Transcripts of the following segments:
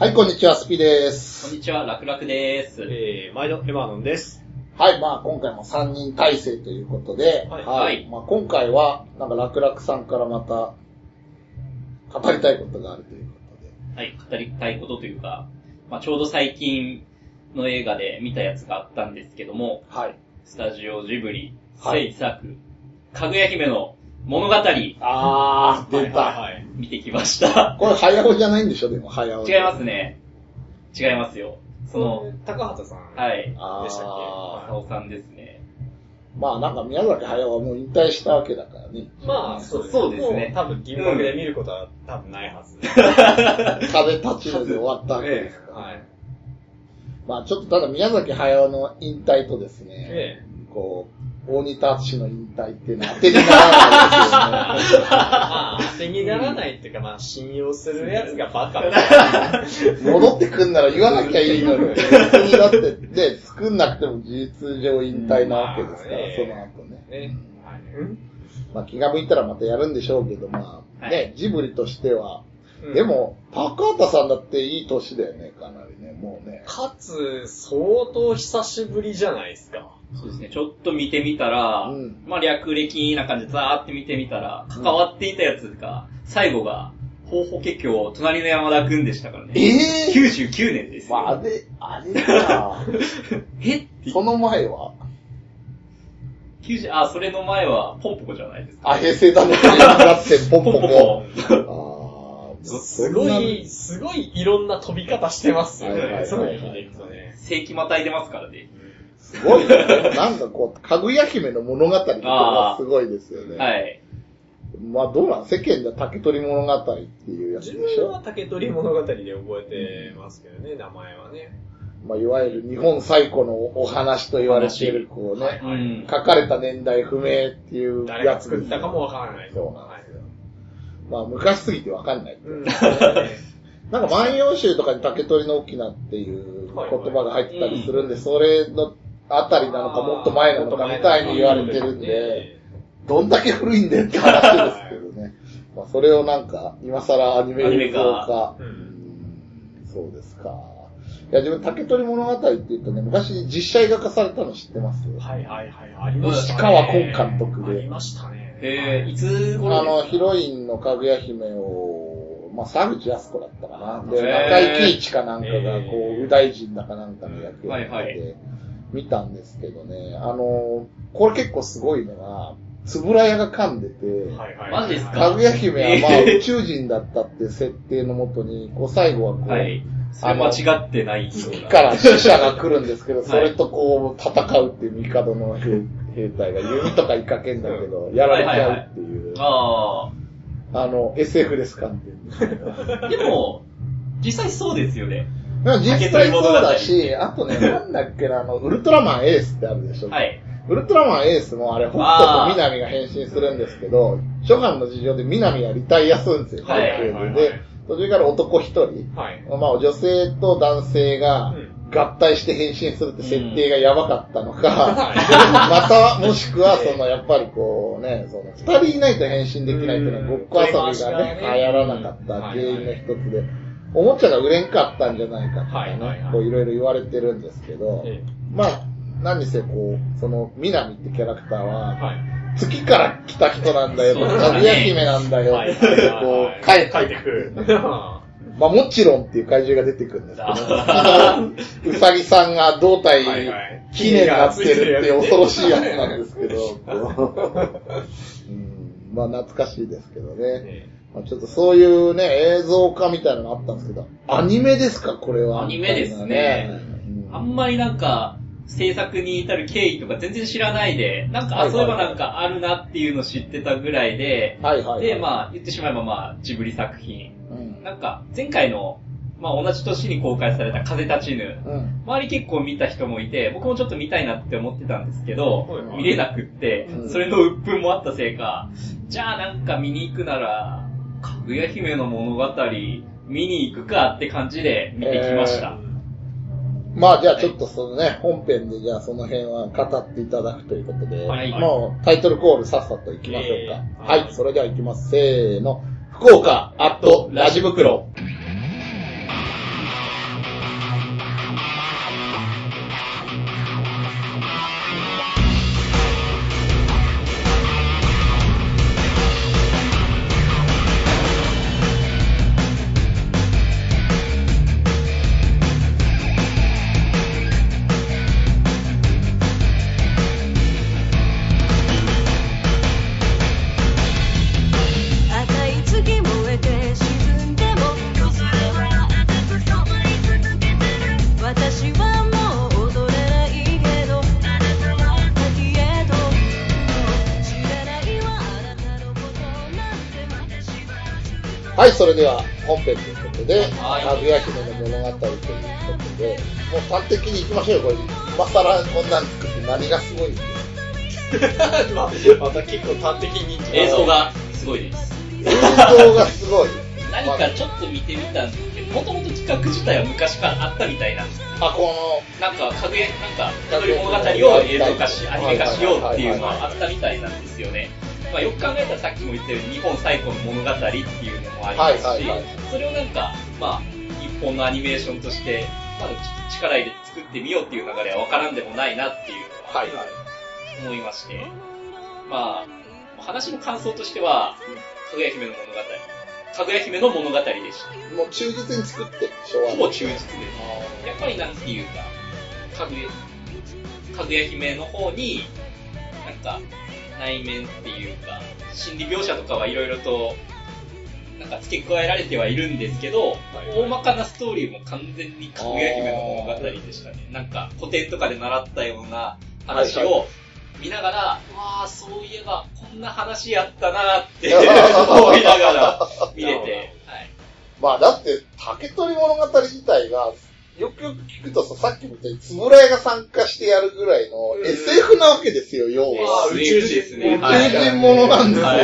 はい、こんにちは、スピです。 こんにちは、ラクラクです。 毎度、エマーノンです。 はい、まあ今回も3人体制ということで、はい。まあ今回は、なんかラクラクさんからまた、語りたいことがあるということで。 はい、語りたいことというか、まあちょうど最近の映画で見たやつがあったんですけども、 はい。 スタジオジブリ、制作、かぐや姫の物語。 出た、はい。 見てきました。 これ、早尾じゃないんでしょ、でも、早尾。 違いますね。違いますよ。 高畑さん。 はい。 でしたっけ？正雄さんですね。 まあなんか宮崎駿はもう引退したわけだからね。 まあ、そうですね。多分、銀幕で見ることは多分ないはず。 風立ちぬで終わったわけですから。はい。まあちょっとただ宮崎駿の引退とですね、こう、大仁田敦の引退っていうのは当てにならないですよね。 まあ、当てにならないっていうか、まあ、信用するやつがバカだ。 戻ってくんなら言わなきゃいいのに。別にだって、で、作んなくても事実上引退なわけですから、その後ね。まあ気が向いたらまたやるんでしょうけど、まあ、ね、ジブリとしては、でも、高畑さんだっていい年だよね、かなりね、もうね。 かつ、相当久しぶりじゃないですか。 そうですね、ちょっと見てみたら、まあ略歴な感じでザーって見てみたら、関わっていたやつが、最後が、ほうほけきょう、隣の山田くんでしたからね。99年ですよ。 まあ、あれだその前はそれの前は、ポンポコじゃないですか。 平成だね。だって、ポンポコ。 すごいいろんな飛び方してますよね。そういう意味でいくとね。 世紀またいでますからね。 すごいね。なんかこう、かぐや姫の物語ってのがすごいですよね。 はい。 まあどうなん世間では竹取物語っていうやつでしょ。 自分は竹取物語で覚えてますけどね、名前はね。 まあいわゆる日本最古のお話と言われている、こうね、書かれた年代不明っていうやつ。 誰が作ったかもわからない。 そうなんですよ。まあ昔すぎてわかんない。なんか万葉集とかに竹取の翁っていう言葉が入ってたりするんで、それのあたりなのかもっと前なのかみたいに言われてるんで、どんだけ古いんだよって話ですけどね。まあそれをなんか今更アニメ映像化。そうですか。いや自分竹取物語って言うとね、昔実写映画化されたの知ってます？ はいはいはい。ありましたね。 石川崑監督で。 ありましたね。 いつ頃ヒロインのかぐや姫を、まあ、沢口靖子だったかな。で、中井貴一かなんかが、こう、右大臣だかなんかの役をやって見たんですけどね。これ結構すごいのが、つぶらやが噛んでて、 マジですか？ かぐや姫はまあ宇宙人だったって設定のもとに、こう最後はこう、 それ間違ってない。 月から死者が来るんですけど、それとこう戦うっていう帝の兵隊が弓とかいかけんだけど、やられちゃうっていう。SF ですかっていう。 でも、実際そうですよね。 実際そうだし、あとね、なんだっけな、ウルトラマンエースってあるでしょ。 はい。 ウルトラマンエースもあれ、北斗と南が変身するんですけど、初版の事情で南はリタイアするんですよ。で、途中から男一人、まあ女性と男性が合体して変身するって設定がやばかったのか、またもしくはやっぱりこうね、二人いないと変身できないっていうのはごっこ遊びがね、流行らなかった原因の一つで、おもちゃが売れんかったんじゃないかとかね、こういろいろ言われてるんですけど、まあ、何にせこう、南ってキャラクターは、月から来た人なんだよ、かぐや姫なんだよ、ってこう、帰ってくる。まあもちろんっていう怪獣が出てくるんですけど、うさぎさんが胴体、木になってるっていう恐ろしいやつなんですけど、まあ懐かしいですけどね。まあ、ちょっとそういうね、映像化みたいなのがあったんですけど、アニメですかこれは。 アニメですね。あんまりなんか、制作に至る経緯とか全然知らないで、なんか、そういえばなんかあるなっていうのを知ってたぐらいで、で、まあ、言ってしまえばまあ、ジブリ作品。なんか、前回の、まあ同じ年に公開された風立ちぬ。周り結構見た人もいて、僕もちょっと見たいなって思ってたんですけど、見れなくって、それの鬱憤もあったせいか、じゃあなんか見に行くなら、かぐや姫の物語、見に行くかって感じで見てきました。 まあじゃあちょっと本編でじゃあその辺は語っていただくということで、もうタイトルコールさっさと行きましょうか。はい、それでは行きます。せーの。福岡アットラジ袋。 はい、それでは本編ということで、かぐや姫の物語ということで、もう端的に行きましょうよ、これ。今更こんなん作って何がすごいんですかまた結構端的に映像がすごいです。 映像がすごい。 何かちょっと見てみたんですけど、もともと企画自体は昔からあったみたいなんですよ。なんか、かぐや、物語を映像化し、アニメ化しようっていうのはあったみたいなんですよね。まあ、よく考えたらさっきも言ったように日本最古の物語っていうのもありますし、それをなんか、まあ、日本のアニメーションとして、まだちょっと力入れて作ってみようっていう流れはわからんでもないなっていうのは、思いまして。まあ、話の感想としては、かぐや姫の物語。かぐや姫の物語でした。 もう忠実に作ってるでしょ。 ほぼ忠実です。やっぱりなんていうか、かぐや姫の方に、なんか、内面っていうか、心理描写とかはいろいろと、なんか付け加えられてはいるんですけど、大まかなストーリーも完全にかぐや姫の物語でしたね。なんか古典とかで習ったような話を見ながら、わあ、そういえばこんな話やったなって思いながら見れて、はい。 まあだって、竹取物語自体が、よくよく聞くとさ、さっきも言ったように、つぶらやが参加してやるぐらいの SF なわけですよ、要は。 宇宙人ですね。 宇宙人ものなんですよ。はい、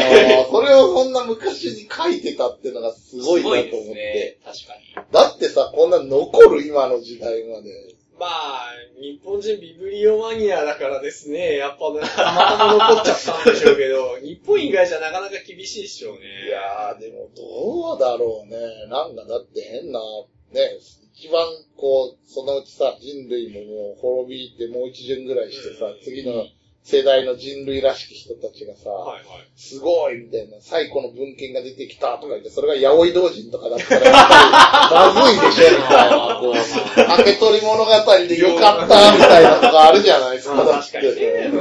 それをそんな昔に書いてたっていうのがすごいなと思って。すごいですね、 確かに。 だってさ、こんな残る今の時代まで。 まあ、日本人ビブリオマニアだからですね、やっぱね、たまたま残っちゃったんでしょうけど、日本以外じゃなかなか厳しいでしょうね。 いやー、でもどうだろうね。なんかだって変な、ね、一番こう、そのうちさ、人類ももう滅びてもう一巡ぐらいしてさ、次の世代の人類らしき人たちがさ、すごいみたいな、最古の文献が出てきたとか言って、それが八百同人とかだったら、やっぱりまずいでしょ、みたいな。こう、竹取物語でよかったみたいなとかあるじゃないですか。 確かにね。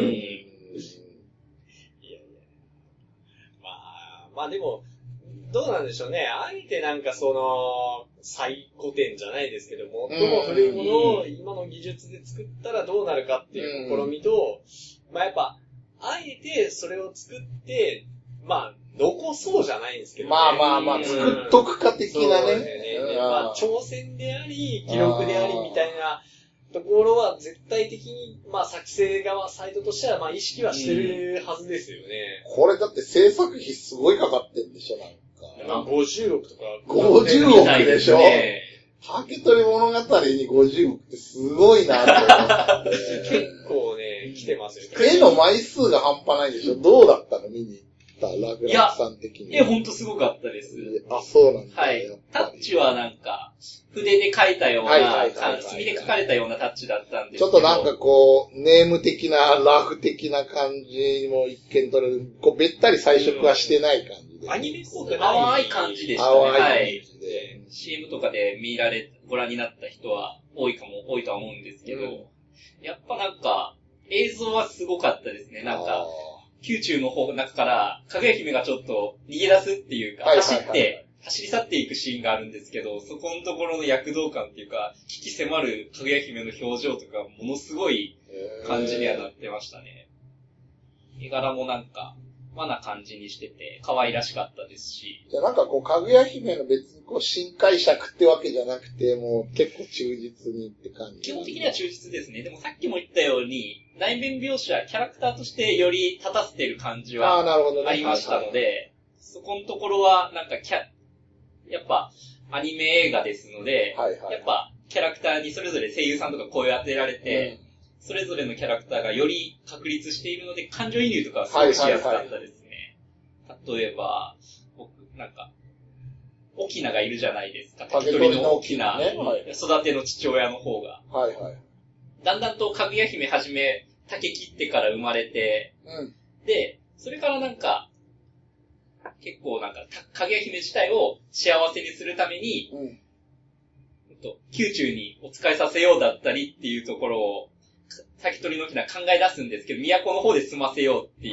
まあでも、どうなんでしょうね。あえてなんかその、最古典じゃないですけど、最も古いものを今の技術で作ったらどうなるかっていう試みと、まあやっぱ、あえてそれを作って、まあ、残そうじゃないんですけどね。 まあ、作っとくか的なね。 まあ、挑戦であり、記録でありみたいなところは絶対的に、まあ、作成側、サイトとしては、まあ、意識はしてるはずですよね。 これだって制作費すごいかかってんでしょ、なんか。 まあ、50億とか。 50億でしょ、竹取物語に50億ってすごいなと思って。 結構ね、来てますよね。絵の枚数が半端ないでしょ。どうだったの見に行ったラグランさん的に。 ほんとすごかったです。 あ、そうなんだ。 はい。タッチはなんか、筆で描いたような、墨で描かれたようなタッチだったんですけど。 ちょっとなんかこう、ネーム的な、ラフ的な感じも一見取れる。こう、べったり彩色はしてない感じで。 アニメ効果淡い感じでしたね。 淡い感じで。 CM とかでご覧になった人は多いとは思うんですけど、やっぱなんか、映像はすごかったですね。なんか、宮中の方の中から、かぐや姫がちょっと逃げ出すっていうか、走り去っていくシーンがあるんですけど、そこのところの躍動感っていうか、危機迫るかぐや姫の表情とか、ものすごい感じにはなってましたね。絵柄もなんか、和な感じにしてて、可愛らしかったですし。 じゃあなんかこう、かぐや姫の別にこう、新解釈ってわけじゃなくて、もう結構忠実にって感じ。 基本的には忠実ですね。でもさっきも言ったように、内面描写、キャラクターとしてより立たせてる感じはありましたので、そこのところはなんかやっぱアニメ映画ですので、やっぱキャラクターにそれぞれ声優さんとか声を当てられて、それぞれのキャラクターがより確立しているので、感情移入とかはすごくしやすかったですね。例えば、僕、なんか、沖縄がいるじゃないですか。竹取の沖縄、育ての父親の方が。だんだんとかぐや姫はじめ、竹切ってから生まれて、で、それからなんか、結構なんか、かぐや姫自体を幸せにするために、宮中にお仕えさせようだったりっていうところを、竹取の沖縄考え出すんですけど、都の方で済ませようっていう、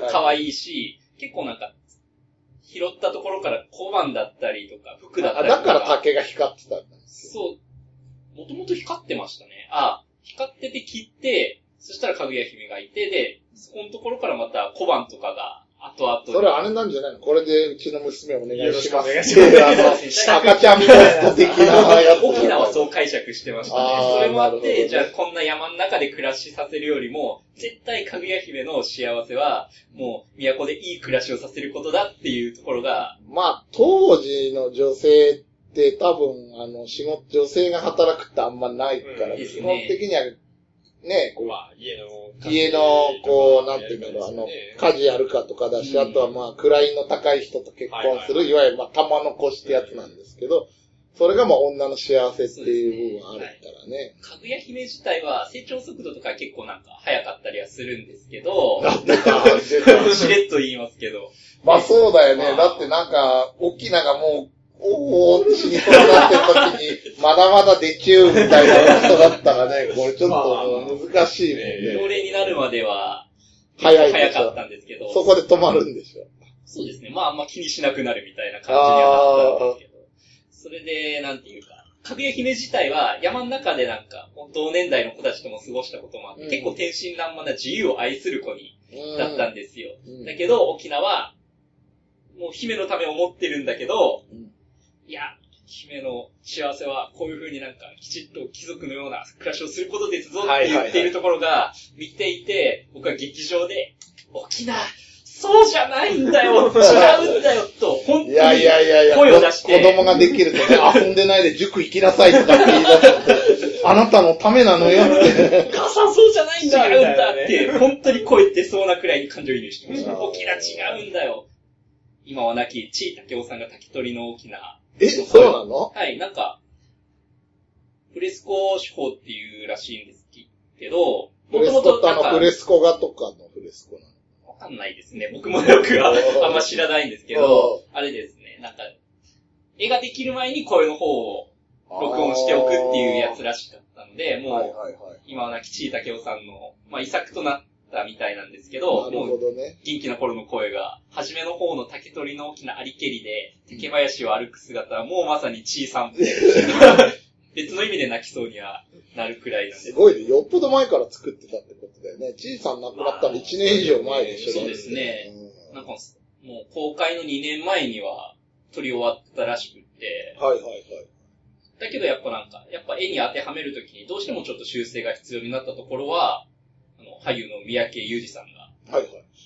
可愛いし、結構なんか、拾ったところから小判だったりとか、服だったりとか。 だから竹が光ってたんだ。 そう。もともと光ってましたね。光ってて切って、そしたらかぐや姫がいて、で、そこのところからまた小判とかがそれあれなんじゃないの？これでうちの娘お願いします。赤ちゃんポスト的なやつ。 沖縄はそう解釈してましたね。それもあって、じゃあこんな山の中で暮らしさせるよりも、絶対かぐや姫の幸せは、もう都でいい暮らしをさせることだっていうところが。 まあ、当時の女性って多分、女性が働くってあんまないから、基本的には、ね、こう、 まあ、 家の、こう、なんていうんだろう、家事やるかとかだし、あとはまあ、位の高い人と結婚する、いわゆるまあ、玉の子ってやつなんですけど、それがまあ、女の幸せっていう部分あるからね。 かぐや姫自体は成長速度とか結構なんか早かったりはするんですけど、しれっと言いますけど。 まあそうだよね。だってなんか、沖縄がもう、おーって死にそうになってる時に、まだまだできゅうみたいな人だったらね、これちょっと難しいもんね。 老齢になるまでは、 早かったんですけど。 そこで止まるんでしょ。 そうですね。まああんま気にしなくなるみたいな感じにはなったんですけど。それで、なんていうか、かぐや姫自体は山の中でなんか、同年代の子たちとも過ごしたこともあって、結構天真爛漫な自由を愛する子に、だったんですよ。だけど、沖縄は、もう姫のためを思ってるんだけど、いや、姫の幸せはこういう風になんかきちっと貴族のような暮らしをすることですぞって言っているところが見ていて、僕は劇場で、沖縄、そうじゃないんだよ、違うんだよと、本当に声を出して。 子供ができるとね、遊んでないで塾行きなさいとかって言い出して、あなたのためなのよって。 母さんそうじゃないんだよ、違うんだって、本当に声出そうなくらいに感情移入してました。沖縄違うんだよ。今は亡き地井武夫さんが滝取りの沖縄。 そうなの？ はい、なんか、フレスコ手法っていうらしいんですけど、 フレスコってフレスコ画とかのフレスコなの？ わかんないですね。僕もよくはあんま知らないんですけど、あれですね、なんか、絵ができる前に声の方を録音しておくっていうやつらしかったので、もう、今は亡き地井武夫さんの、まあ遺作となったみたいなんですけど、 もう元気な頃の声が、初めの方の竹取の大きなありけりで、竹林を歩く姿はもうまさに地井さんって、別の意味で泣きそうにはなるくらいなんです。 すごいね。よっぽど前から作ってたってことだよね。地井さん亡くなったの1年以上前でしょ。 そうですね。なんかもう公開の2年前には撮り終わったらしくって。だけどやっぱ絵に当てはめるときにどうしてもちょっと修正が必要になったところは、俳優の三宅裕二さんが、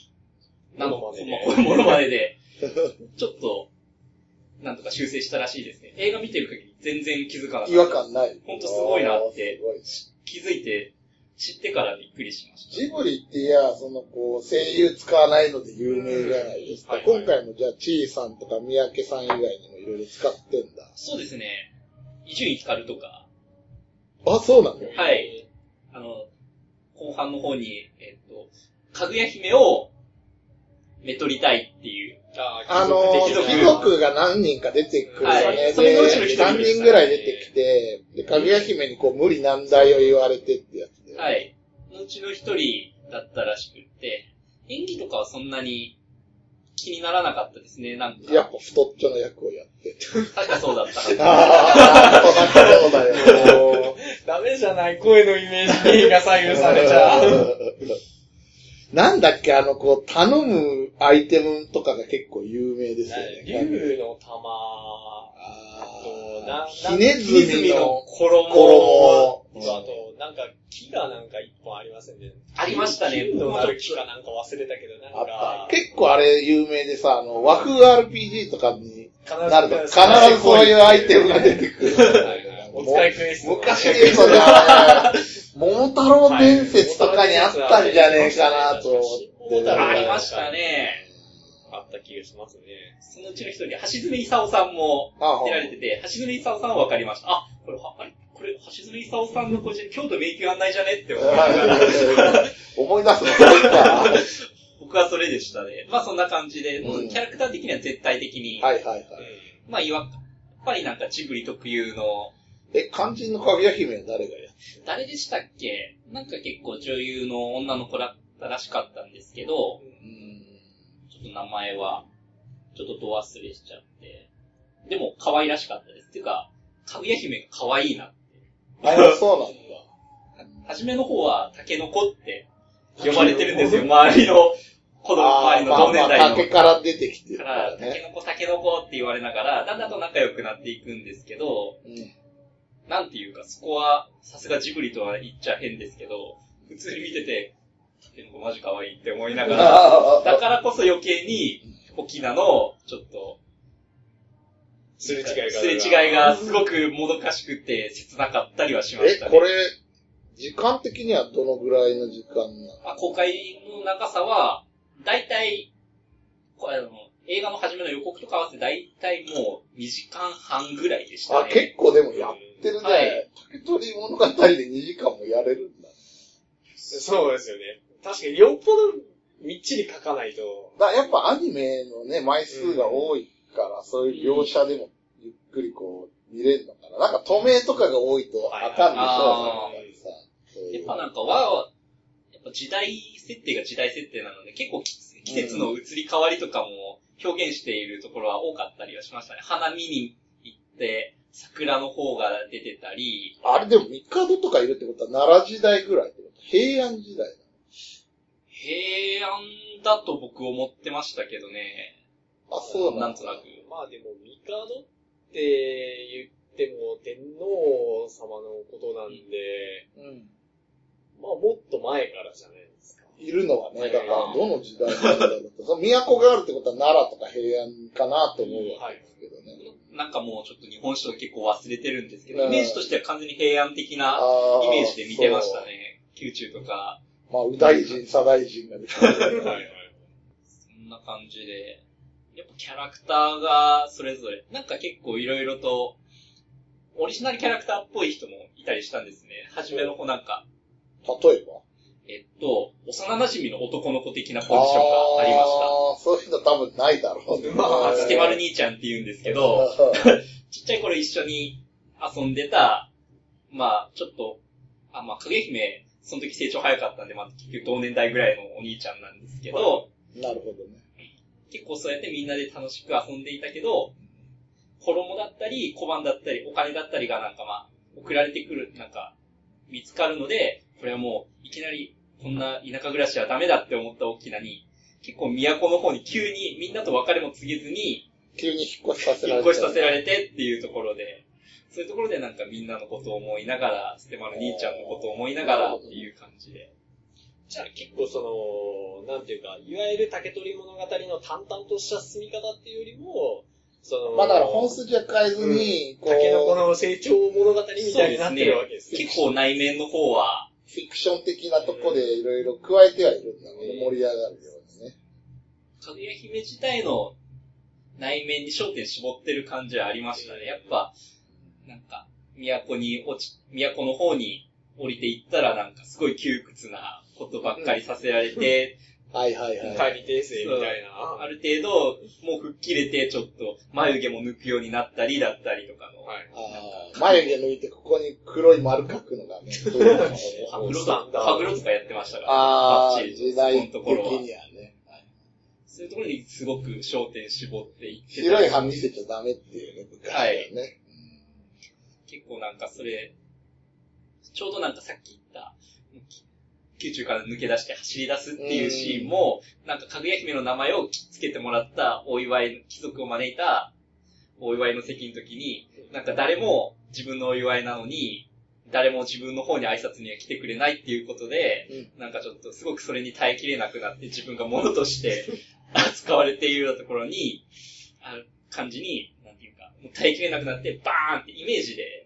モノマネで、ちょっと、なんとか修正したらしいですね。映画見てる限り全然気づかなかった。 違和感ない。 ほんとすごいなって、気づいて、知ってからびっくりしました。 ジブリって声優使わないので有名じゃないですか。今回もじゃあ、ちいさんとか三宅さん以外にもいろいろ使ってんだ。 そうですね。伊集院光とか。 あ、そうなの？ はい。後半の方に、かぐや姫をめとりたいっていう。 貴族が何人か出てくるよね。それのうちの3人ぐらい出てきて、で、かぐや姫に無理難題を言われてってやつで。 はい。のうちの1人だったらしくって、演技とかはそんなに気にならなかったですね、なんか。 やっぱ太っちょの役をやって。 なんかそうだった。 そうだよ。 ダメじゃない、声のイメージが左右されちゃう。 なんだっけ、頼むアイテムとかが結構有名ですよね。 竜の玉と、ひねずみの衣と、あと、なんか木がなんか一本ありませんね。 ありましたね。 金のなる木かなんか忘れたけど、なんか。 結構あれ有名でさ、和風 RPG とかになると、必ずそういうアイテムが出てくる。 お使いクエスト。 昔で言うとね、桃太郎伝説とかにあったんじゃねえかなと思って。 ありましたね。 あった気がしますね。 そのうちの一人、橋爪功さんも出られてて、橋爪功さんは分かりました。あ、これ、橋爪功さんのこっち京都迷宮案内じゃねって思いながら。 思い出すのか。 僕はそれでしたね。まあそんな感じで、キャラクター的には絶対的に。まあやっぱりなんかジブリ特有の、 肝心のかぐや姫は誰がやって誰でしたっけ？なんか結構女優の女の子だったらしかったんですけど、ちょっと名前は、ちょっとど忘れしちゃって。でも可愛らしかったです。っていうか、かぐや姫が可愛いなって。 そうなんだ。 初めの方はタケノコって呼ばれてるんですよ。周りの子供周りの同年代の。 竹から出てきてるからね。タケノコって言われながら、だんだんと仲良くなっていくんですけど、なんていうか、そこは、さすがジブリとは言っちゃ変ですけど、普通に見てて、タケノコマジ可愛いって思いながら、だからこそ余計に、沖縄の、ちょっと、 すれ違いがすごくもどかしくて切なかったりはしましたね。 これ、時間的にはどのぐらいの時間なの？ 公開の長さは、だいたい、映画の初めの予告とか合わせてだいたいもう2時間半ぐらいでしたね。 結構でもやってるね。はい、竹取物語で2時間もやれるんだ。 そうですよね。確かによっぽどみっちり書かないと。 やっぱアニメのね、枚数が多いから、そういう描写でもゆっくり見れるのかな。なんか透明とかが多いとあかんでしょう。やっぱなんかやっぱ時代設定が時代設定なので、結構季節の移り変わりとかも表現しているところは多かったりはしましたね。花見に行って、桜の方が出てたり。 あれでも帝とかいるってことは奈良時代ぐらいってこと？平安時代なの？ 平安だと僕思ってましたけどね。 そうなんとなく。 まあでも、帝って言っても天皇様のことなんで、まあもっと前からじゃないですか。 いるのはね、だからどの時代なんだろうと。都があるってことは奈良とか平安かなと思うわけですけどね。 なんかもうちょっと日本史と結構忘れてるんですけど、イメージとしては完全に平安的なイメージで見てましたね。宮中とか。 右大臣、左大臣がですね。はいはい。 そんな感じで。やっぱキャラクターがそれぞれ、なんか結構いろいろと、オリジナルキャラクターっぽい人もいたりしたんですね。初めの子なんか。 例えば幼馴染の男の子的なポジションがありました。 そういうの多分ないだろう。 スケマル兄ちゃんって言うんですけど、ちっちゃい頃一緒に遊んでた、ちょっと、影姫、その時成長早かったんで、結局同年代ぐらいのお兄ちゃんなんですけど、 なるほどね。 結構そうやってみんなで楽しく遊んでいたけど、衣だったり、小判だったり、お金だったりが送られてくる、見つかるので、これはもう、いきなり、こんな田舎暮らしはダメだって思った大きなに、結構都の方に急にみんなと別れも告げずに、 急に引っ越しさせられてっていうところで、そういうところでみんなのことを思いながら、ステマル兄ちゃんのことを思いながらっていう感じで。 じゃあ結構なんていうか、いわゆる竹取物語の淡々とした進み方っていうよりも、 だから本筋は変えずに、 竹の子の成長物語みたいになってるわけですね。 結構内面の方は、 フィクション的なとこでいろいろ加えてはいるんだろうね。盛り上がるようにね。 かぐや姫自体の内面に焦点絞ってる感じはありましたね。やっぱ、都の方に降りていったらすごい窮屈なことばっかりさせられて、 はいはいはい。 管理訂正みたいな。 ある程度、もう吹っ切れて、ちょっと、眉毛も抜くようになったりだったりとかの。 眉毛抜いて、ここに黒い丸描くのがね。 歯黒とかやってましたから。 時代的にはね。 そういうところにすごく焦点絞っていって。 白い歯見せちゃダメっていうね、 昔はね。結構それ、ちょうどさっき言った、宮中から抜け出して走り出すっていうシーンも、かぐや姫の名前をつけてもらったお祝い、貴族を招いたお祝いの席の時に、誰も自分のお祝いなのに、誰も自分の方に挨拶には来てくれないっていうことで、ちょっとすごくそれに耐えきれなくなって自分が物として扱われているようなところに、感じに、耐えきれなくなってバーンってイメージで、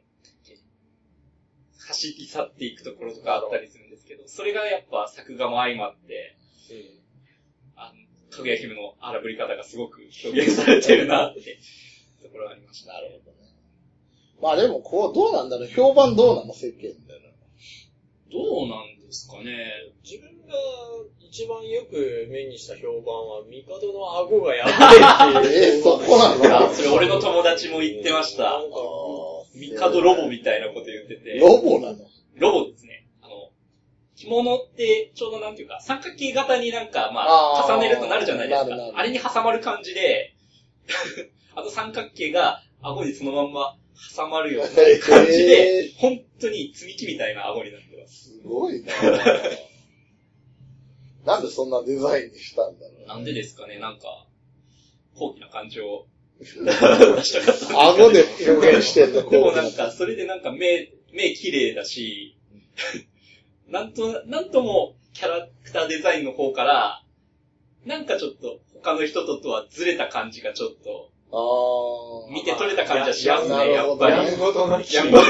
走り去っていくところとかあったりするんですけど、それがやっぱ作画も相まって、かぐや姫の荒ぶり方がすごく表現されてるなってところがありました。 なるほどね。でもどうなんだろう、評判どうなの世間で。 どうなんですかね。 自分が一番よく目にした評判は、帝の顎がやばいっていう。 そこなの？ それ俺の友達も言ってました。帝ロボみたいなこと言ってて。 ロボなの？ ロボですね。着物ってちょうど三角形型に重ねるとなるじゃないですか。あれに挟まる感じで、三角形が顎にそのまんま挟まるような感じで、本当に積み木みたいな顎になってます。 すごいね。 なんでそんなデザインにしたんだろう。 なんでですかね、なんか、高貴な感情を出したかった。顎で表現してんの、 でもなんか、それでなんか目綺麗だし、なんともキャラクターデザインの方から、なんかちょっと他の人とはずれた感じがちょっと、見て取れた感じはしますね、やっぱり。 なるほどね。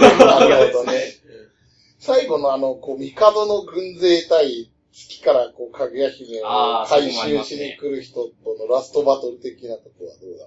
最後のこう、帝の軍勢対月からこう、かぐや姫を回収しに来る人とのラストバトル的なところはどうだった？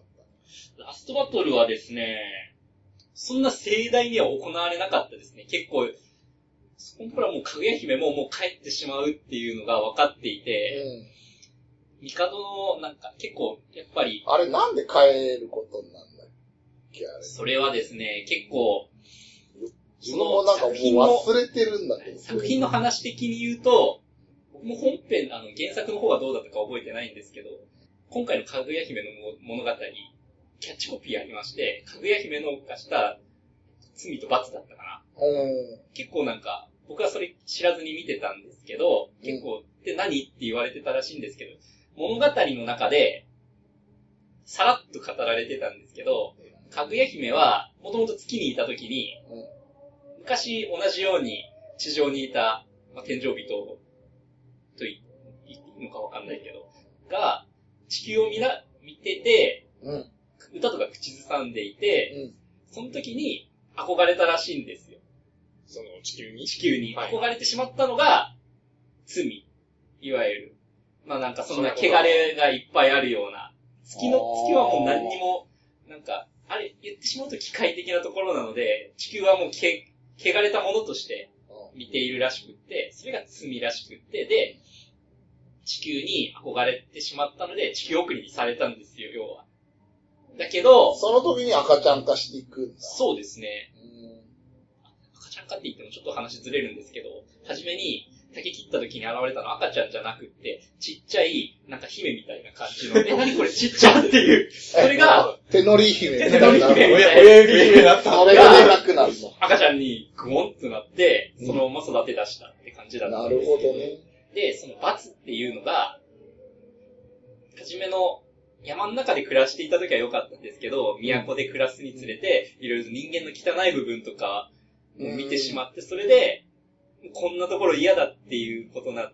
ラストバトルはですね、そんな盛大には行われなかったですね。結構、そこからもうかぐや姫ももう帰ってしまうっていうのが分かっていて、帝のなんか結構やっぱりあれなんで帰ることになるんだっけあれ。 それはですね、結構自分もなんかもう忘れてるんだけど。 作品の話的に言うと、僕も本編原作の方はどうだったか覚えてないんですけど、今回のかぐや姫の物語キャッチコピーありまして、かぐや姫の犯した罪と罰だったかな。結構なんか僕はそれ知らずに見てたんですけど、結構って何って言われてたらしいんですけど、物語の中で、さらっと語られてたんですけど、かぐや姫は、もともと月にいた時に、昔同じように地上にいた、天上人と言うのかわかんないけど、が、地球を見てて、歌とか口ずさんでいて、その時に憧れたらしいんですよ。 その地球に憧れてしまったのが、罪。いわゆる。なんかそんな汚れがいっぱいあるような。月はもう何にも、なんか、あれ言ってしまうと機械的なところなので、地球はもう汚れたものとして見ているらしくって、それが罪らしくって、で、地球に憧れてしまったので、地球送りにされたんですよ、要は。だけど、 その時に赤ちゃん化していくんだ。 そうですね。赤ちゃん化って言ってもちょっと話ずれるんですけど、初めに、竹切った時に現れたのは赤ちゃんじゃなくって、ちっちゃい、なんか姫みたいな感じの、何これちっちゃっていう。それが、 手乗り姫みたいな。 手乗り姫。 親指姫だった。 それがでかくなるの。 赤ちゃんにグモンってなって、そのまま育て出したって感じだったんですけど。 なるほどね。 で、その罰っていうのが、はじめの山の中で暮らしていた時は良かったんですけど、都で暮らすにつれて、いろいろ人間の汚い部分とかを見てしまって、それで、こんなところ嫌だっていうことになって、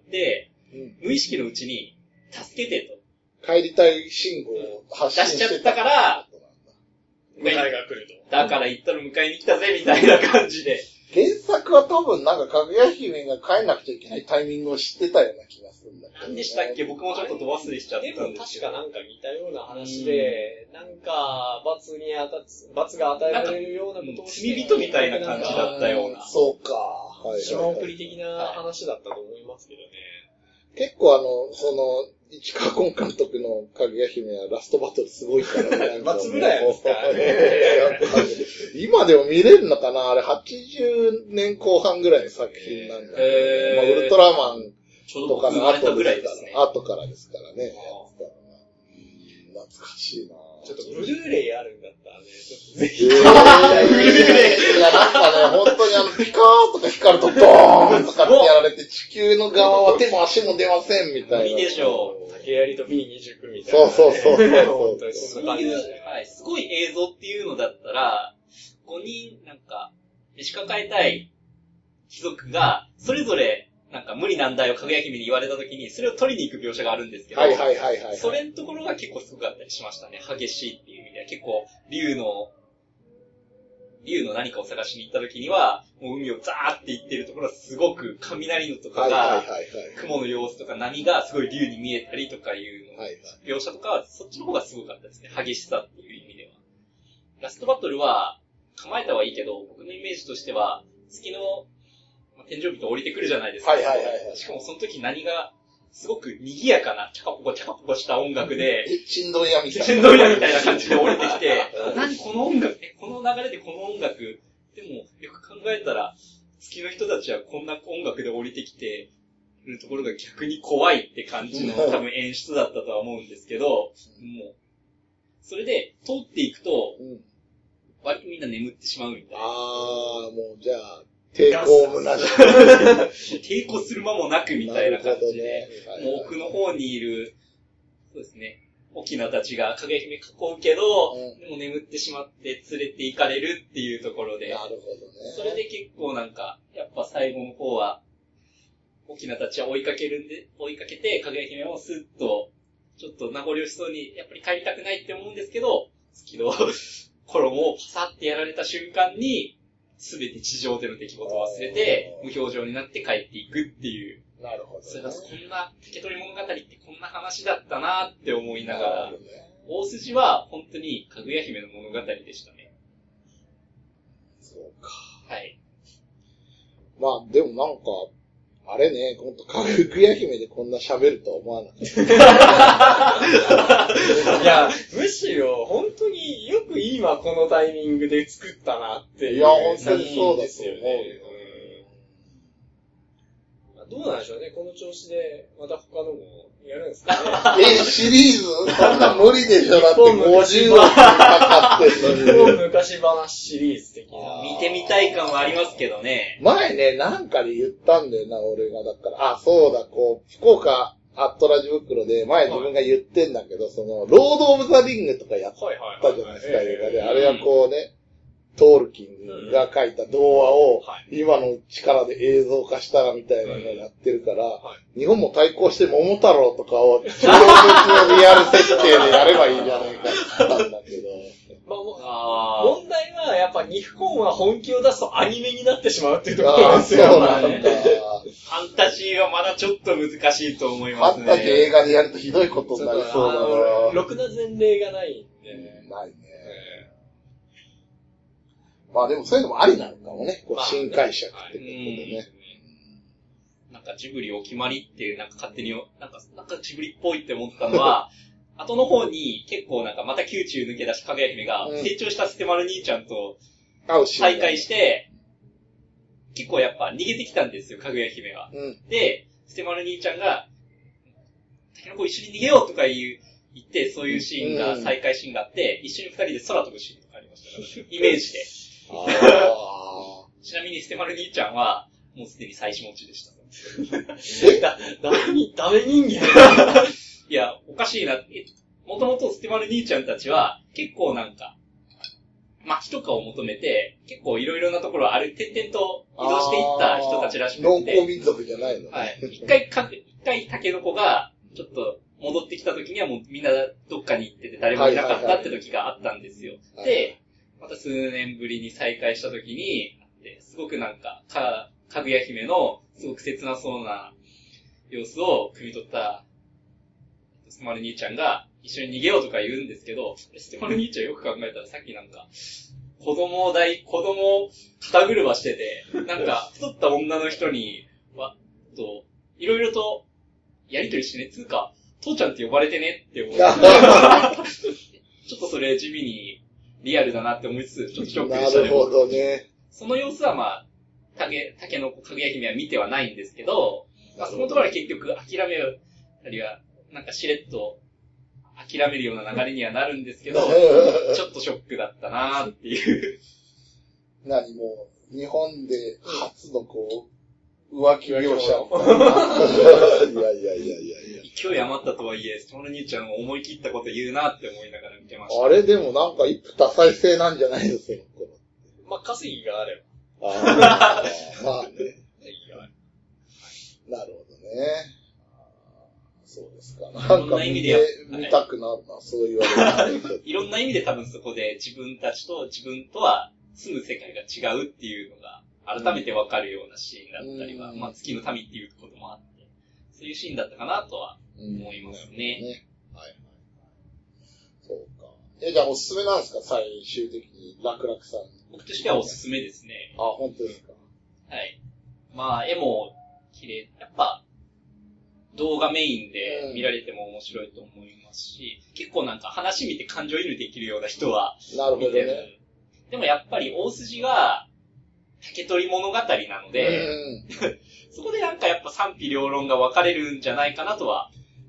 無意識のうちに、助けてと。帰りたい信号を発信して出しちゃったから、 迎えが来ると。 だから行ったら迎えに来たぜ、みたいな感じで。 原作は多分なんかかぐや姫が帰んなくちゃいけないタイミングを知ってたような気がするんだけど、ね。 何でしたっけ？僕もちょっとど忘れしちゃったんですけど。 でも確かなんか似たような話で、なんか罰が与えられるようなことをして。 罪人みたいな感じだったような。 そうか。 島送り的な話だったと思いますけどね。 結構市川崑監督のかぐや姫はラストバトルすごいからね。 松村屋ですからね。 今でも見れるのかなあれ80年後半ぐらいの作品なんだけど、ウルトラマンとかの後からですからね。懐かしいなちょっとブルーレイあるんだったらね、ちょっとぜひ。 ブルーレイいや、なんかね、本当にピカーとか光るとドーンとかってやられて、地球の側は手も足も出ませんみたいな。 無理でしょう。 竹槍と B29 みたいな、ね。 そう。 本当にそんな感じですね。 はい、すごい映像っていうのだったら、5人なんか、しか変えたい貴族が、それぞれ、なんか無理難題をかぐや姫に言われたときに、それを取りに行く描写があるんですけど、それのところが結構すごかったりしましたね。激しいっていう意味では。結構、竜の何かを探しに行ったときには、もう海をザーって行ってるところはすごく雷のとかが、雲の様子とか波がすごい竜に見えたりとかいうの、描写とかはそっちの方がすごかったですね。激しさっていう意味では。ラストバトルは、構えたはいいけど、僕のイメージとしては、月の天井人降りてくるじゃないですか。しかもその時何が、すごく賑やかな、チャカポコした音楽で、 チンドン屋みたいな。 チンドン屋みたいな感じで降りてきて、何この音楽、この流れでこの音楽、でもよく考えたら、月の人たちはこんな音楽で降りてきて、るところが逆に怖いって感じの多分演出だったとは思うんですけど、もう、それで通っていくと、割とみんな眠ってしまうみたいな。 もうじゃあ、 抵抗もなし。 抵抗する間もなくみたいな感じで、もう奥の方にいる、そうですね、沖縄たちがかぐや姫囲うけど、でも眠ってしまって連れて行かれるっていうところで、 なるほどね。 それで結構なんか、やっぱ最後の方は、沖縄たちは追いかけて、かぐや姫もスッと、ちょっと名残惜しそうに、やっぱり帰りたくないって思うんですけど、月の衣をパサってやられた瞬間に、すべて地上での出来事を忘れて、無表情になって帰っていくっていう。 なるほど、ね。 それがこんな、竹取物語ってこんな話だったなって思いながら、大筋は本当にかぐや姫の物語でしたね。 そうか。 はい。 まあ、でもなんか、あれね、ほんと、かぐや姫でこんな喋るとは思わなかった。 いや、むしろ、本当によく今このタイミングで作ったなっていう。 いや、本当にそうですよね。 どうなんでしょうね、この調子で、また他のもやるんですかね。 シリーズそんな無理でしょ、だって50話かかってるのに。 昔話シリーズ的な。 見てみたい感はありますけどね。 前ね、なんかで言ったんだよな、俺が。だから、そうだ、福岡アットラジ袋で、前自分が言ってんだけど、ロード・オブ・ザ・リングとかやったじゃないですか、映画で。あれはトールキンが書いた童話を今の力で映像化したらみたいなのをやってるから、日本も対抗して桃太郎とかを中国のリアル設定でやればいいじゃないかって言ったんだけど。 問題はやっぱ日本は本気を出すとアニメになってしまうっていうところなんですよ。 そうなんだ。ファンタジーはまだちょっと難しいと思いますね。 ファンタジー映画でやるとひどいことになりそうだな。 ろくな前例がないんで。 ないね。まあでもそういうのもありなのかもね。新解釈ってことでね。 なんかジブリお決まりっていう、なんか勝手に、なんかジブリっぽいって思ったのは、後の方に結構なんかまた宮中抜け出しかぐや姫が成長したステマル兄ちゃんと再会して、結構やっぱ逃げてきたんですよ、かぐや姫は。で、ステマル兄ちゃんが、タケノコ一緒に逃げようとか言って、そういうシーンが、再会シーンがあって、一緒に二人で空飛ぶシーンとかありましたから、イメージで。ちなみにステマル兄ちゃんは、もうすでに妻子持ちでした。 ダメ人間いや、おかしいな。もともとステマル兄ちゃんたちは、結構なんか、薪とかを求めて、結構いろいろなところ転々と移動していった人たちらしくて。 農耕民族じゃないの、 はい。一回タケノコが、ちょっと戻ってきた時にはもうみんなどっかに行ってて誰もいなかったって時があったんですよ。で、また数年ぶりに再会した時に、すごくなんか、かぐや姫のすごく切なそうな様子を汲み取ったステマル兄ちゃんが一緒に逃げようとか言うんですけど、ステマル兄ちゃんよく考えたらさっきなんか、子供を肩車してて、なんか太った女の人に、いろいろとやりとりしてね、つうか、父ちゃんって呼ばれてねって思って、ちょっとそれ地味にリアルだなって思いつつ、ちょっとショックでしたね。 なるほどね。 その様子はまあ、タケノコかぐや姫は見てはないんですけど、まあそのところは結局諦めるあるいは、なんかしれっと諦めるような流れにはなるんですけど、ちょっとショックだったなーっていう。 何もう、日本で初の浮気描写。いや。 勢い余ったとはいえ、その兄ちゃんも思い切ったこと言うなって思いながら見てました。 あれでもなんか一夫多妻制なんじゃないのその頃。 まあ、稼ぎがあれば。 まあね。なるほどね。そうですか。なんか見たくなるな、そう言われる。 いろんな意味で多分そこで自分とは住む世界が違うっていうのが改めてわかるようなシーンだったりは、まあ月の民っていうこともあって、そういうシーンだったかなとは思いますね。 はい。そうか。じゃあおすすめなんですか最終的に、楽々さん。 僕としてはおすすめですね。 あ、本当ですか。 はい。まあ絵も綺麗。やっぱ動画メインで見られても面白いと思いますし、結構なんか話見て感情移入できるような人は見てる。ね、でもやっぱり大筋は竹取物語なので、そこでなんかやっぱ賛否両論が分かれるんじゃないかなとは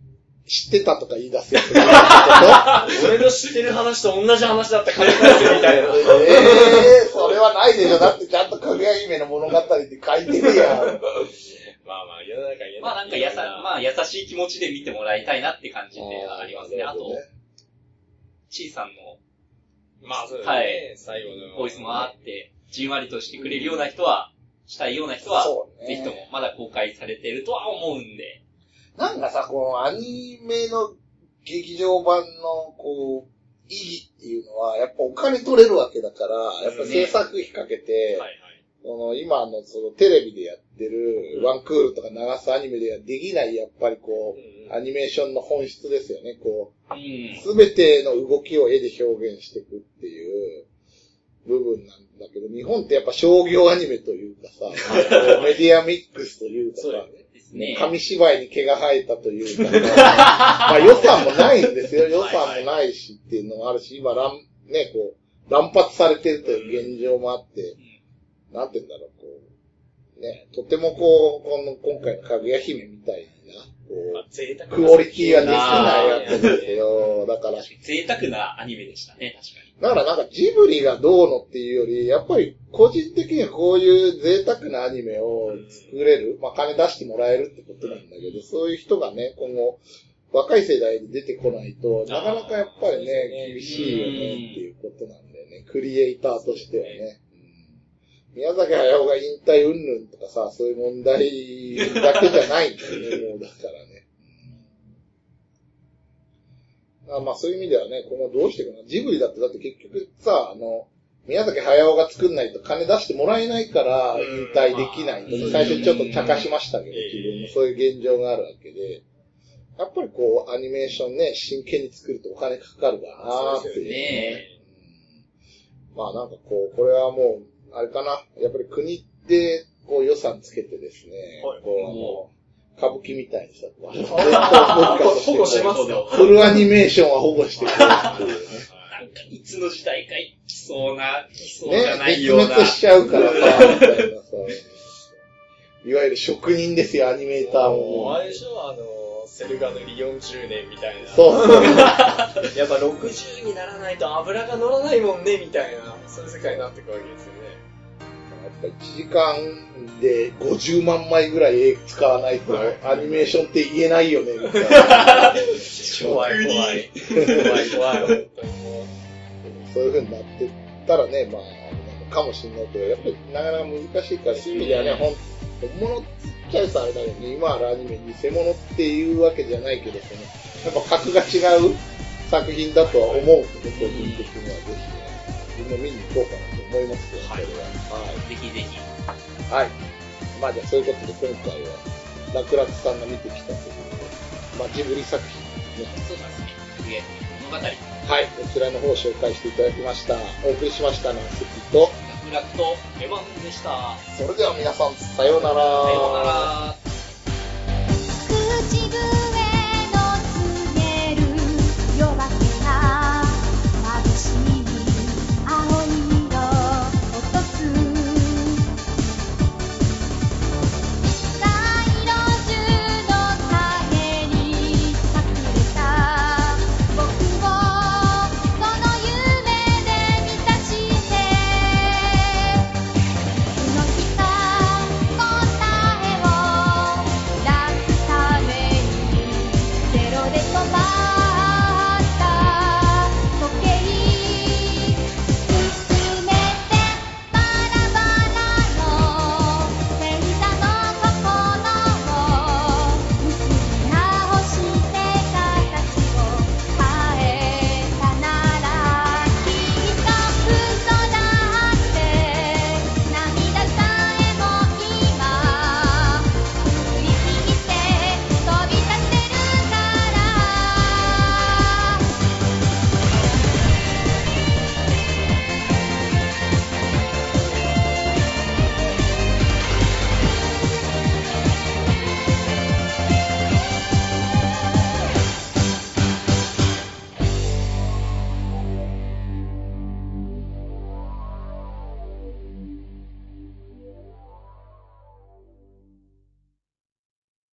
知ってたとか言い出すやつ。 俺の知ってる話と同じ話だったから返せみたいな。 それはないでしょ。だってちゃんとかぐや姫の物語って書いてるやん。 まあ世の中言えない。 まあなんか優しい気持ちで見てもらいたいなって感じでありますね。あと、ちいさんの、 まあそうですね。 はい。最後の。ボイスもあって、じんわりとしてくれるような人は、したいような人は、ぜひともまだ公開されているとは思うんで。 なんかさ、このアニメの劇場版の、こう、意義っていうのは、やっぱお金取れるわけだから、やっぱ制作費かけて、今のそのテレビでやってるワンクールとか流すアニメではできない、やっぱりこう、アニメーションの本質ですよね。こう、すべての動きを絵で表現していくっていう部分なんだけど、日本ってやっぱ商業アニメというかさ、メディアミックスというかさ、紙芝居に毛が生えたというか、まあ予算もないんですよ。予算もないしっていうのもあるし、今こう、乱発されてるという現状もあって、なんて言うんだろう、こう、ね、とてもこう、今回のかぐや姫みたいな、こう、クオリティはできないやつだけど、だから。 贅沢なアニメでしたね、確かに。 だからなんかジブリがどうのっていうより、やっぱり個人的にはこういう贅沢なアニメを作れる、まあ金出してもらえるってことなんだけど、そういう人がね、今後、若い世代で出てこないと、なかなかやっぱりね、厳しいよねっていうことなんだよね。クリエイターとしてはね。宮崎駿が引退云々とかさ、そういう問題だけじゃないんだよね、もうだからね。まあそういう意味ではね、今後どうしていくの？ジブリだって結局さ、宮崎駿が作んないと金出してもらえないから引退できない。最初ちょっと茶化しましたけど、自分もそういう現状があるわけで。やっぱりこう、アニメーションね、真剣に作るとお金かかるからなーっていうね。まあなんかこう、これはもう、あれかな、やっぱり国でこう予算つけてですね、こう歌舞伎みたいにさ、 保護しますよ。 フルアニメーションは保護してくれるっていうね。 なんかいつの時代か来そうじゃないような。 ね、絶滅しちゃうからさ、みたいなさ。いわゆる職人ですよ、アニメーターも。 あれでしょ、セルガ塗り40年みたいな。 そうそう。 やっぱ60にならないと油が乗らないもんね、みたいな、そういう世界になっていくわけですよね。 やっぱ1時間で50万枚ぐらい絵使わないとアニメーションって言えないよね、みたいな。 怖い。本当にそういう風になってったらね、まあ、かもしれないけど、やっぱりなかなか難しいから、そういう意味ではね、本物って言っちゃうとあれだけどね、今あるアニメ偽物っていうわけじゃないけど、やっぱ格が違う作品だとは思うけど、個人的にはぜひね、自分も見に行こうかなと思いますよ、 はい。ぜひぜひ。 はい。まあじゃあそういうことで今回は、楽々さんが見てきたということで、まあジブリ作品ね。 そうですね。物語。 はい。こちらの方を紹介していただきました。お送りしましたのは関と、 楽々とエヴァンでした。 それでは皆さん、さようなら。 さようなら。